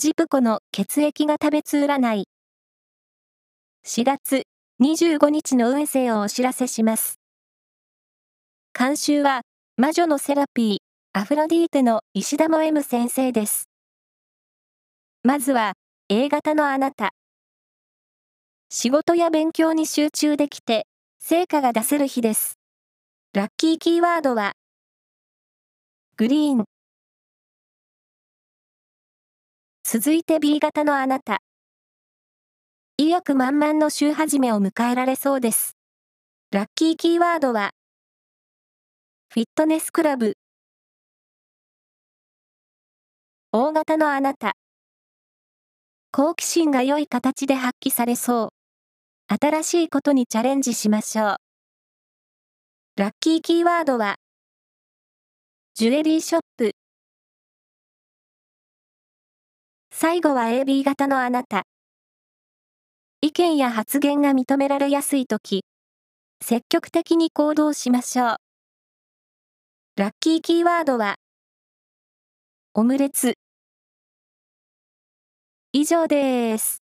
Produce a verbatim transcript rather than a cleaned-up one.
ジプコの血液が食べつ占い。しがつにじゅうごにちの運勢をお知らせします。監修は、魔女のセラピー、アフロディーテの石田も M 先生です。まずは、A 型のあなた。仕事や勉強に集中できて、成果が出せる日です。ラッキーキーワードは、グリーン。続いて B 型のあなた。意欲満々の週始めを迎えられそうです。ラッキーキーワードは、フィットネスクラブ。O 型のあなた。好奇心が良い形で発揮されそう。新しいことにチャレンジしましょう。ラッキーキーワードは、ジュエリーショップ。最後は エービー 型のあなた。意見や発言が認められやすいとき、積極的に行動しましょう。ラッキーキーワードは、オムレツ。以上です。